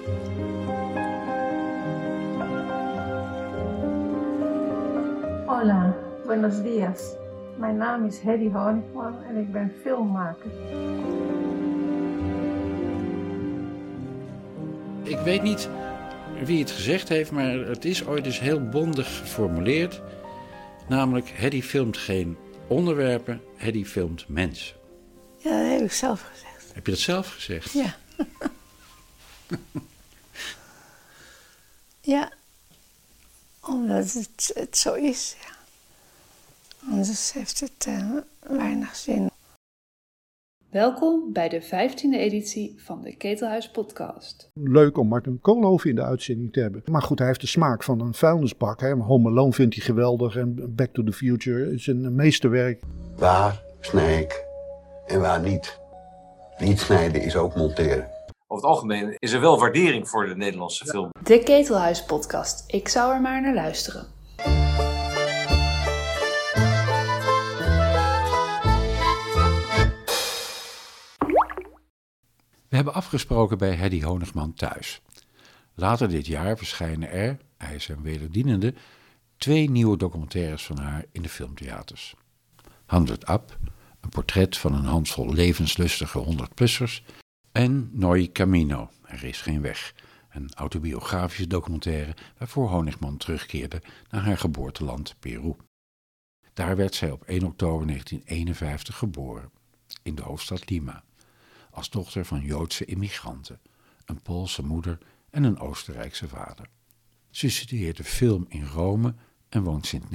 Hola, buenos días. Mijn naam is Hedy Honigman en ik ben filmmaker. Ik weet niet wie het gezegd heeft, maar het is ooit eens heel bondig geformuleerd. Namelijk, Hedy filmt geen onderwerpen, Hedy filmt mensen. Ja, dat heb ik zelf gezegd. Heb je dat zelf gezegd? Ja. Ja, omdat het zo is, ja. Anders heeft het weinig zin. Welkom bij de 15e editie van de Ketelhuis podcast. Leuk om Martin Koolhoven in de uitzending te hebben. Maar goed, hij heeft de smaak van een vuilnisbak. Hè. Home Alone vindt hij geweldig en Back to the Future is een meesterwerk. Waar snij ik en waar niet? Niet snijden is ook monteren. Over het algemeen is er wel waardering voor de Nederlandse film. De Ketelhuis podcast. Ik zou er maar naar luisteren. We hebben afgesproken bij Hedy Honigman thuis. Later dit jaar verschijnen er, hij is een wederdienende, 2 nieuwe documentaires van haar in de filmtheaters. 100 Up, een portret van een handvol levenslustige 100-plussers, en Noi Camino, er is geen weg, een autobiografische documentaire waarvoor Honigman terugkeerde naar haar geboorteland Peru. Daar werd zij op 1 oktober 1951 geboren, in de hoofdstad Lima, als dochter van Joodse immigranten, een Poolse moeder en een Oostenrijkse vader. Ze studeerde film in Rome en woont sinds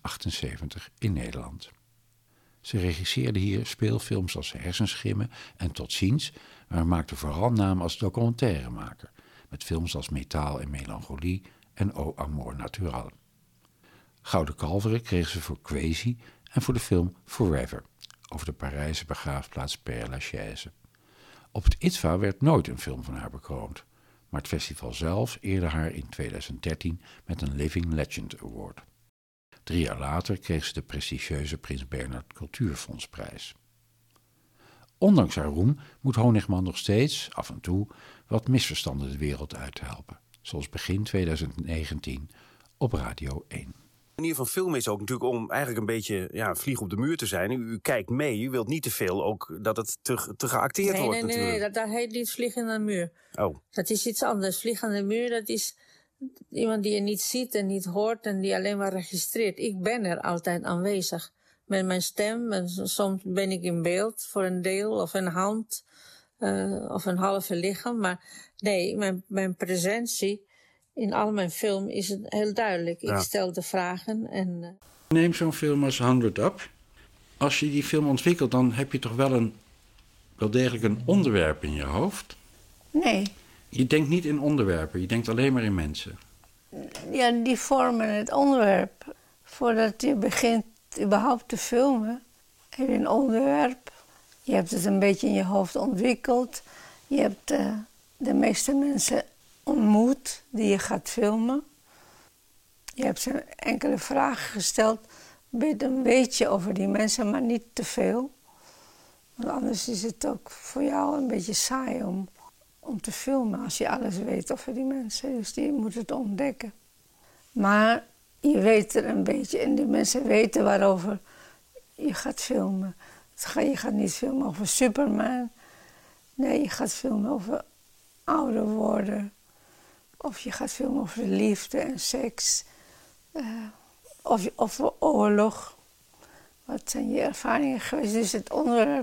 1978 in Nederland. Ze regisseerde hier speelfilms als Hersenschimmen en Tot ziens, maar maakte vooral naam als documentairemaker, met films als Metaal en Melancholie en O Amor Natural. Gouden Kalveren kreeg ze voor Crazy en voor de film Forever, over de Parijse begraafplaats Père Lachaise. Op het ITVA werd nooit een film van haar bekroond, maar het festival zelf eerde haar in 2013 met een Living Legend Award. 3 jaar later kreeg ze de prestigieuze Prins Bernhard Cultuurfondsprijs. Ondanks haar roem moet Honigman nog steeds, af en toe, wat misverstanden de wereld uithelpen, zoals begin 2019 op Radio 1. De manier van filmen is ook natuurlijk om eigenlijk een beetje een vlieg op de muur te zijn. U kijkt mee, u wilt niet te veel ook dat het te geacteerd wordt natuurlijk. Nee, dat heet niet vliegen aan de muur. Oh. Dat is iets anders. Vliegen aan de muur, dat is iemand die je niet ziet en niet hoort en die alleen maar registreert. Ik ben er altijd aanwezig. Met mijn stem, en soms ben ik in beeld voor een deel of een hand of een halve lichaam. Maar nee, mijn presentie in al mijn film is het heel duidelijk. Ik stel de vragen en... Neem zo'n film als 100 Up. Als je die film ontwikkelt, dan heb je toch wel degelijk een onderwerp in je hoofd? Nee. Je denkt niet in onderwerpen, je denkt alleen maar in mensen. Ja, die vormen het onderwerp. Voordat je begint überhaupt te filmen, heb je een onderwerp. Je hebt het een beetje in je hoofd ontwikkeld. Je hebt de meeste mensen ontmoet die je gaat filmen. Je hebt ze enkele vragen gesteld. Weet een beetje over die mensen, maar niet te veel. Want anders is het ook voor jou een beetje saai om te filmen als je alles weet over die mensen. Dus je moet het ontdekken. Maar je weet er een beetje en die mensen weten waarover je gaat filmen. Je gaat niet filmen over Superman. Nee, je gaat filmen over ouder worden. Of je gaat filmen over liefde en seks. Of over oorlog. Wat zijn je ervaringen geweest? Dus het onderwerp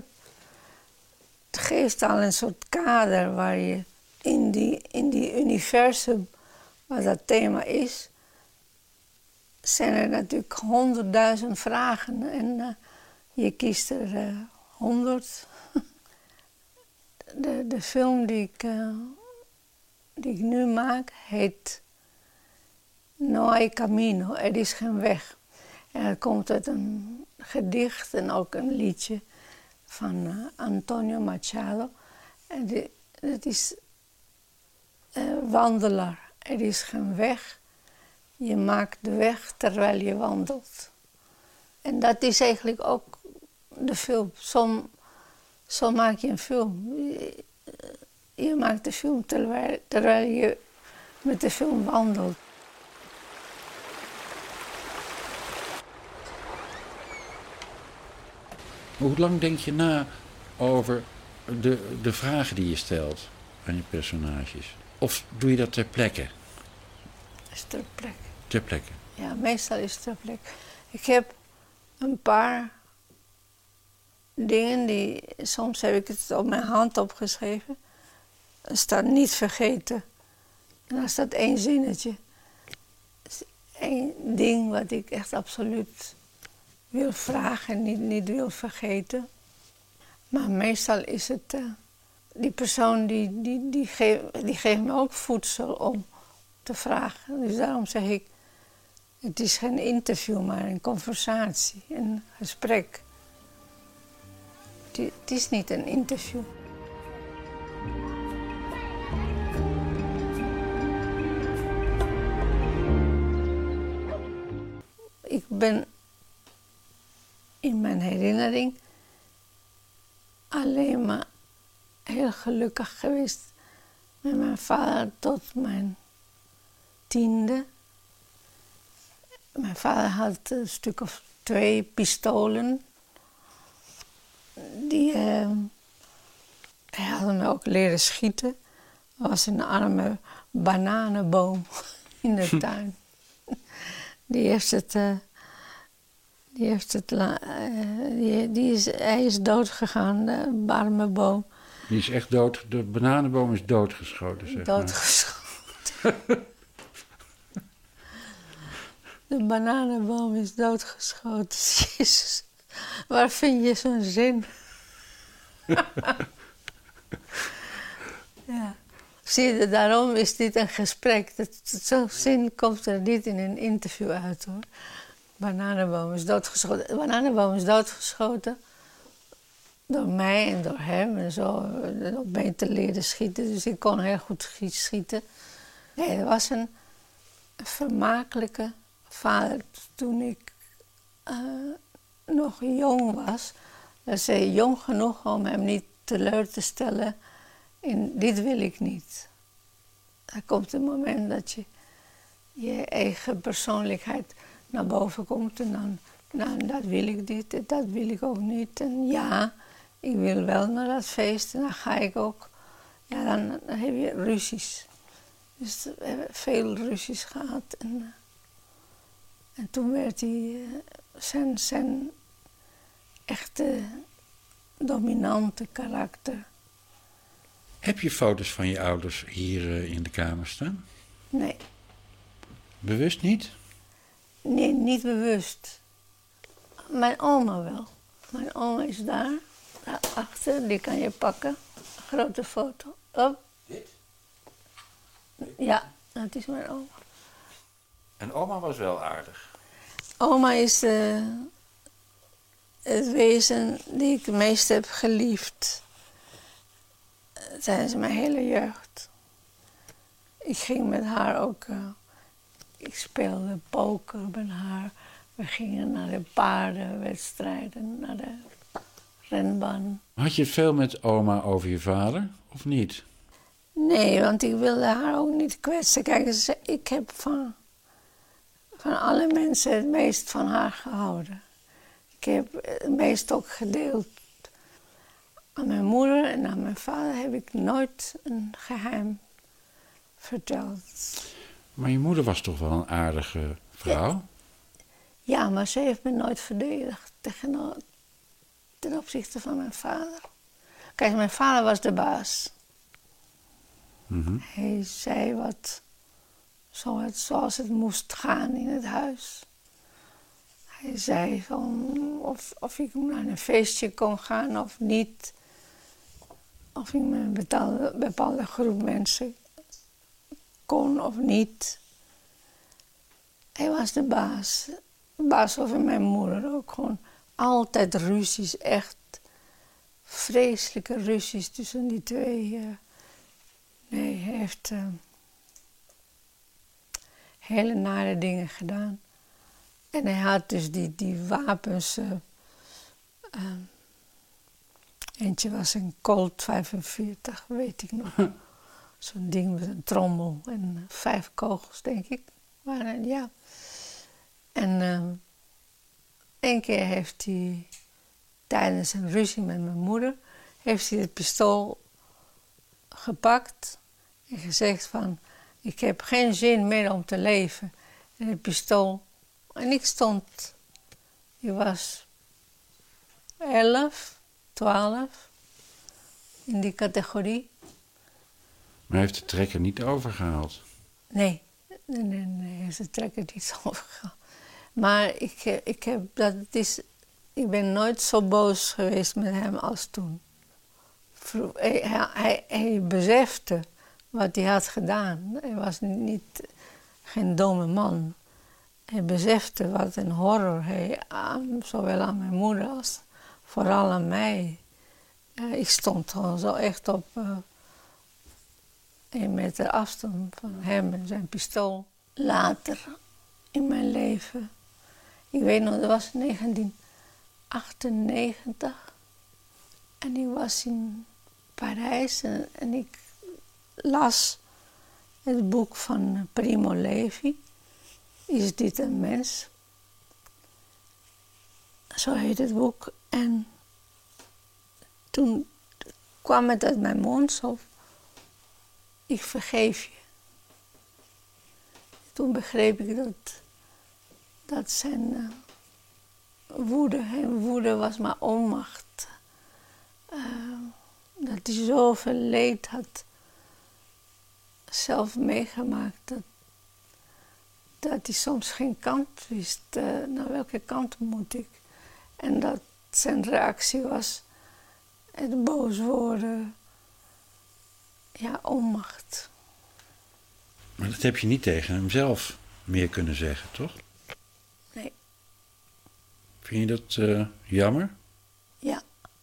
geeft al een soort kader waar je in die universum, waar dat thema is, zijn er natuurlijk 100.000 vragen en je kiest er 100. De film die ik nu maak heet No hay camino, er is geen weg. En dat komt uit een gedicht en ook een liedje van Antonio Machado. En dat is wandelaar, er is geen weg. Je maakt de weg terwijl je wandelt. En dat is eigenlijk ook de film. Zo maak je een film. je maakt de film terwijl je met de film wandelt. Hoe lang denk je na over de vragen die je stelt aan je personages? Of doe je dat ter plekke? Is ter plekke. Ter plekke? Ja, meestal is het ter plekke. Ik heb een paar dingen die... Soms heb ik het op mijn hand opgeschreven. Er staat niet vergeten. En dan staat 1 zinnetje. Dat is 1 ding wat ik echt absoluut wil vragen en niet wil vergeten. Maar meestal is het... die persoon die geeft me ook voedsel om te vragen. Dus daarom zeg ik... Het is geen interview, maar een conversatie, een gesprek. Het is niet een interview. Ik ben in mijn herinnering alleen maar heel gelukkig geweest met mijn vader tot mijn 10e. Mijn vader had een stuk of 2 pistolen. Hij had me ook leren schieten. Er was een arme bananenboom in de tuin. Hij is dood gegaan, de arme boom. Die is echt dood. De bananenboom is doodgeschoten, zeg maar. Doodgeschoten. De bananenboom is doodgeschoten. Jezus, waar vind je zo'n zin? Ja. Zie je, daarom is dit een gesprek. Zo'n zin komt er niet in een interview uit, hoor. Bananenboom is doodgeschoten. De bananenboom is doodgeschoten door mij en door hem en zo. Om mij te leren schieten, dus ik kon heel goed schieten. Nee, het was een vermakelijke vader toen ik nog jong was. Was hij jong genoeg om hem niet teleur te stellen in dit wil ik niet. Er komt een moment dat je eigen persoonlijkheid naar boven komt en dan, nou, dat wil ik niet en dat wil ik ook niet. En ja, ik wil wel naar dat feest en dan ga ik ook. Ja, dan heb je ruzies. Dus we hebben veel ruzies gehad. En toen werd hij zijn echte dominante karakter. Heb je foto's van je ouders hier in de kamer staan? Nee. Bewust niet? Nee, niet bewust. Mijn oma wel. Mijn oma is daarachter, die kan je pakken. Een grote foto. Op. Dit? Ja, dat is mijn oma. En oma was wel aardig. Oma is het wezen die ik het meest heb geliefd tijdens mijn hele jeugd. Ik ging met haar ook... ik speelde poker met haar. We gingen naar de paardenwedstrijden, naar de renbaan. Had je het veel met oma over je vader, of niet? Nee, want ik wilde haar ook niet kwetsen. Kijk, ik heb van alle mensen het meest van haar gehouden. Ik heb het meest ook gedeeld. Aan mijn moeder en aan mijn vader heb ik nooit een geheim verteld. Maar je moeder was toch wel een aardige vrouw? Ja, maar ze heeft me nooit verdedigd ten opzichte van mijn vader. Kijk, mijn vader was de baas. Mm-hmm. Hij zei zoals het moest gaan in het huis. Hij zei of ik naar een feestje kon gaan of niet. Of ik met een bepaalde groep mensen kon of niet. Hij was de baas. De baas over mijn moeder ook. Gewoon altijd ruzies, echt vreselijke ruzies tussen die twee. Nee, hij heeft hele nare dingen gedaan. En hij had dus die wapens Eentje was een Colt 45, weet ik nog. Zo'n ding met een trommel en 5 kogels, denk ik. Maar ja. En één keer heeft hij tijdens een ruzie met mijn moeder... heeft hij het pistool gepakt en gezegd van... ik heb geen zin meer om te leven. En het pistool... En ik was 11, 12, in die categorie. Maar hij heeft de trekker niet overgehaald? Nee, hij heeft de trekker niet overgehaald. Maar ik ben nooit zo boos geweest met hem als toen. Hij besefte wat hij had gedaan. Hij was geen domme man. Hij besefte wat een horror hij zowel aan mijn moeder als vooral aan mij. Ik stond gewoon zo echt op 1 meter afstand van hem en zijn pistool. Later in mijn leven, ik weet nog, dat was 1998. En ik was in Parijs en ik las het boek van Primo Levi. Is dit een mens? Zo heet het boek. En toen kwam het uit mijn mond zo. Ik vergeef je. Toen begreep ik dat zijn woede was maar onmacht. Dat hij zoveel leed had zelf meegemaakt. Dat hij soms geen kant wist. Naar welke kant moet ik? En dat zijn reactie was het boos worden. Ja, onmacht. Maar dat heb je niet tegen hem zelf meer kunnen zeggen, toch? Nee. Vind je dat jammer? Ja.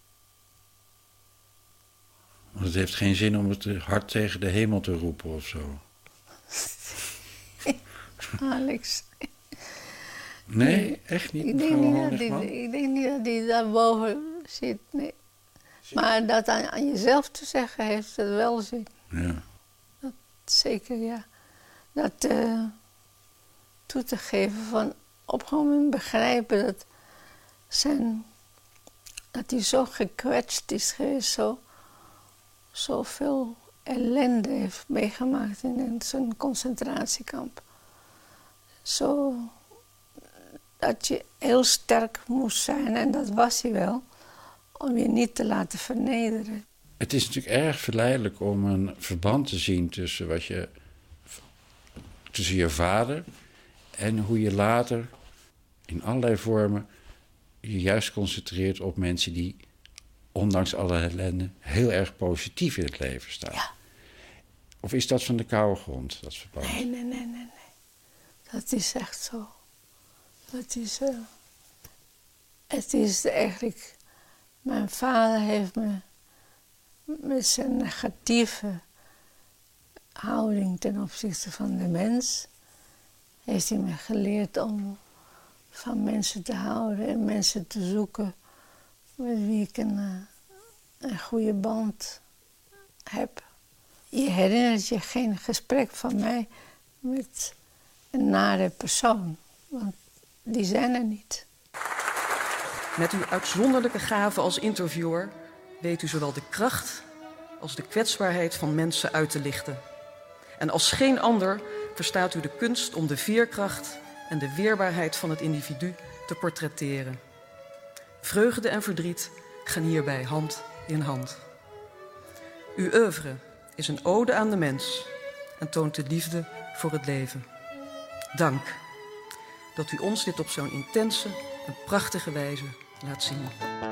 Want het heeft geen zin om het hard tegen de hemel te roepen of zo. Alex. Nee, echt niet? Ik denk niet dat hij daarboven zit, nee. Maar dat aan jezelf te zeggen heeft het wel zin. Ja. Dat zeker, ja. Dat toe te geven van op een moment begrijpen dat hij zo gekwetst is geweest, zoveel ellende heeft meegemaakt in zo'n concentratiekamp. Zo dat je heel sterk moest zijn, en dat was hij wel, om je niet te laten vernederen. Het is natuurlijk erg verleidelijk om een verband te zien tussen je vader en hoe je later in allerlei vormen je juist concentreert op mensen die, ondanks alle ellende, heel erg positief in het leven staan. Ja. Of is dat van de koude grond, dat verband? Nee. Dat is echt zo. Het is eigenlijk... Mijn vader heeft me met zijn negatieve houding ten opzichte van de mens, heeft hij me geleerd om van mensen te houden en mensen te zoeken met wie ik een goede band heb. Je herinnert je geen gesprek van mij met een nare persoon, want die zijn er niet. Met uw uitzonderlijke gave als interviewer weet u zowel de kracht als de kwetsbaarheid van mensen uit te lichten. En als geen ander verstaat u de kunst om de veerkracht en de weerbaarheid van het individu te portretteren. Vreugde en verdriet gaan hierbij hand in hand. Uw oeuvre is een ode aan de mens en toont de liefde voor het leven. Dank dat u ons dit op zo'n intense en prachtige wijze laat zien.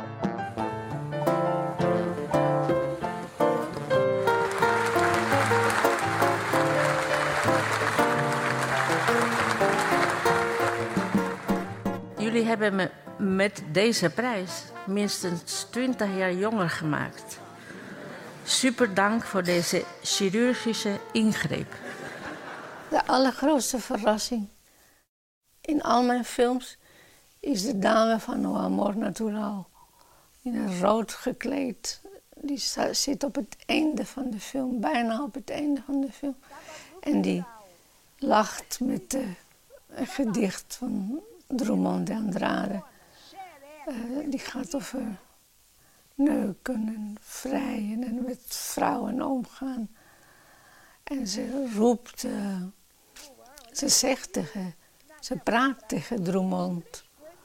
Jullie hebben me met deze prijs minstens 20 jaar jonger gemaakt. Super dank voor deze chirurgische ingreep. De allergrootste verrassing in al mijn films is de dame van No Amor Natural. in een rood gekleed. Die zit op het einde van de film, bijna op het einde van de film. En die lacht met een gedicht van Drummond de Andrade. Die gaat over neuken en vrijen en met vrouwen omgaan. En ze roept, ze praat tegen Drummond.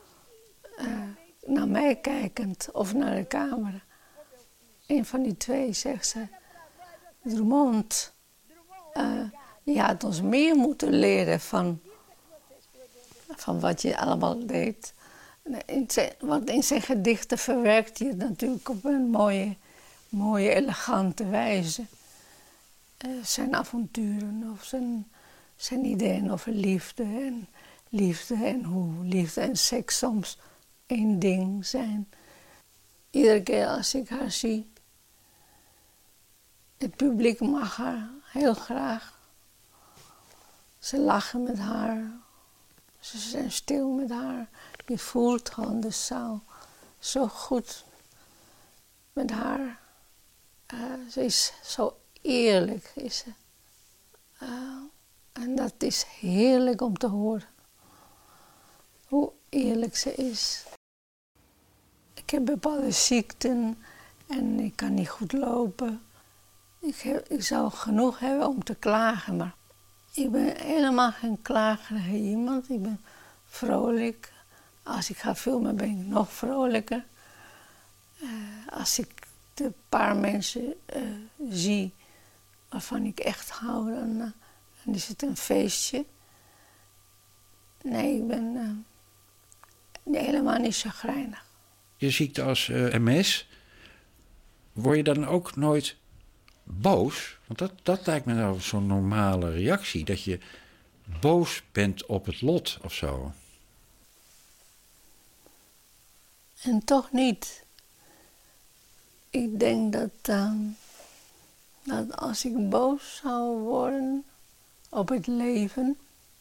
Naar mij kijkend of naar de camera. Een van die twee zegt ze: Drummond, je had ons meer moeten leren van wat je allemaal deed. Want in zijn gedichten verwerkt hij het natuurlijk op een mooie elegante wijze. Zijn avonturen of zijn ideeën over liefde en hoe liefde en seks soms één ding zijn. Iedere keer als ik haar zie, het publiek mag haar heel graag. Ze lachen met haar, ze zijn stil met haar. Je voelt gewoon de zaal zo goed met haar. Ze is zo eerlijk, is ze. En dat is heerlijk om te horen. Hoe eerlijk ze is. Ik heb bepaalde ziekten en ik kan niet goed lopen. Ik zou genoeg hebben om te klagen, maar ik ben helemaal geen klagerige iemand. Ik ben vrolijk. Als ik ga filmen ben ik nog vrolijker. Als ik de paar mensen zie waarvan ik echt hou, dan is het een feestje. Nee, ik ben helemaal niet chagrijnig. Je ziekte als MS, word je dan ook nooit boos? Want dat lijkt me nou zo'n normale reactie, dat je boos bent op het lot of zo. En toch niet. Ik denk dat als ik boos zou worden op het leven,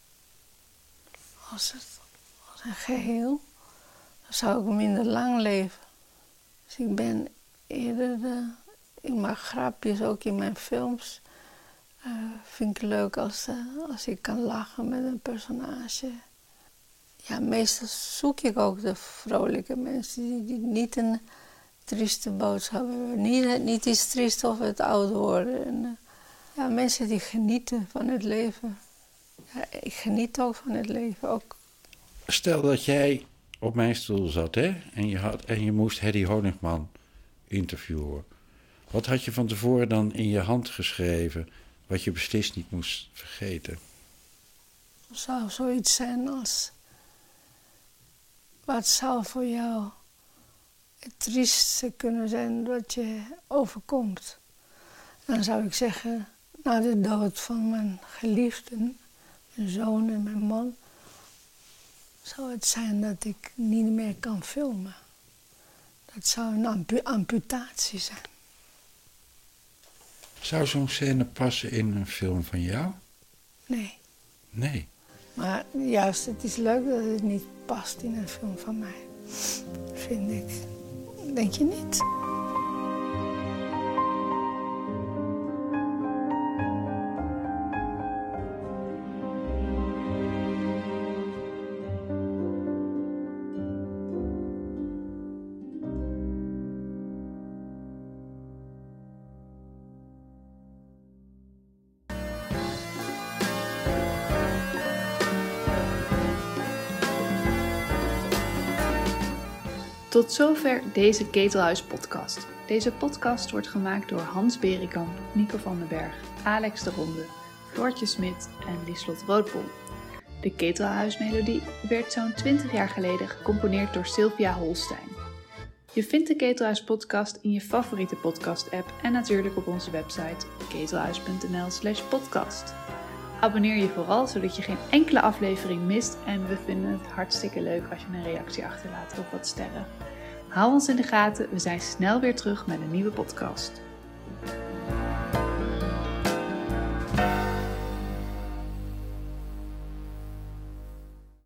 als een geheel, dan zou ik minder lang leven. Dus ik ben eerder, ik maak grapjes ook in mijn films. Vind ik leuk als ik kan lachen met een personage. Ja, meestal zoek ik ook de vrolijke mensen die niet een trieste boodschap hebben. Niet iets triest over het ouder worden. En, ja, mensen die genieten van het leven. Ja, ik geniet ook van het leven. Ook. Stel dat jij op mijn stoel zat, hè? En je moest Hedy Honigman interviewen. Wat had je van tevoren dan in je hand geschreven, wat je beslist niet moest vergeten? Het zou zoiets zijn als: wat zou voor jou het trieste kunnen zijn dat je overkomt? Dan zou ik zeggen, na de dood van mijn geliefden, mijn zoon en mijn man, zou het zijn dat ik niet meer kan filmen. Dat zou een amputatie zijn. Zou zo'n scène passen in een film van jou? Nee. Nee. Maar juist, het is leuk dat het niet past in een film van mij. Vind ik. Denk je niet? Tot zover deze Ketelhuis podcast. Deze podcast wordt gemaakt door Hans Berenkamp, Nico van den Berg, Alex de Ronde, Floortje Smit en Lieslot Roodbol. De Ketelhuismelodie werd zo'n 20 jaar geleden gecomponeerd door Sylvia Holstein. Je vindt de Ketelhuis podcast in je favoriete podcast app en natuurlijk op onze website ketelhuis.nl/podcast. Abonneer je vooral, zodat je geen enkele aflevering mist en we vinden het hartstikke leuk als je een reactie achterlaat of wat sterren. Hou ons in de gaten, we zijn snel weer terug met een nieuwe podcast.